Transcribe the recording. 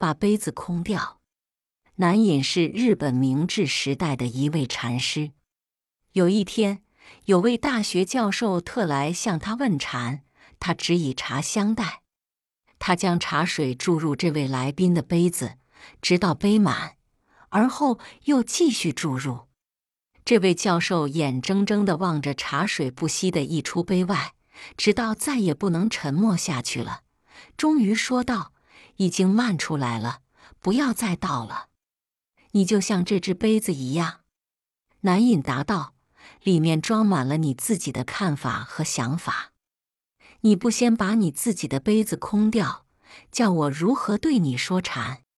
把杯子空掉。南隐是日本明治时代的一位禅师。有一天，有位大学教授特来向他问禅，他只以茶相待。他将茶水注入这位来宾的杯子，直到杯满，而后又继续注入。这位教授眼睁睁地望着茶水不息地溢出杯外，直到再也不能沉默下去了，终于说道：“已经漫出来了，不要再倒了。你就像这只杯子一样。”南隐答道：“里面装满了你自己的看法和想法。你不先把你自己的杯子空掉，叫我如何对你说禅？”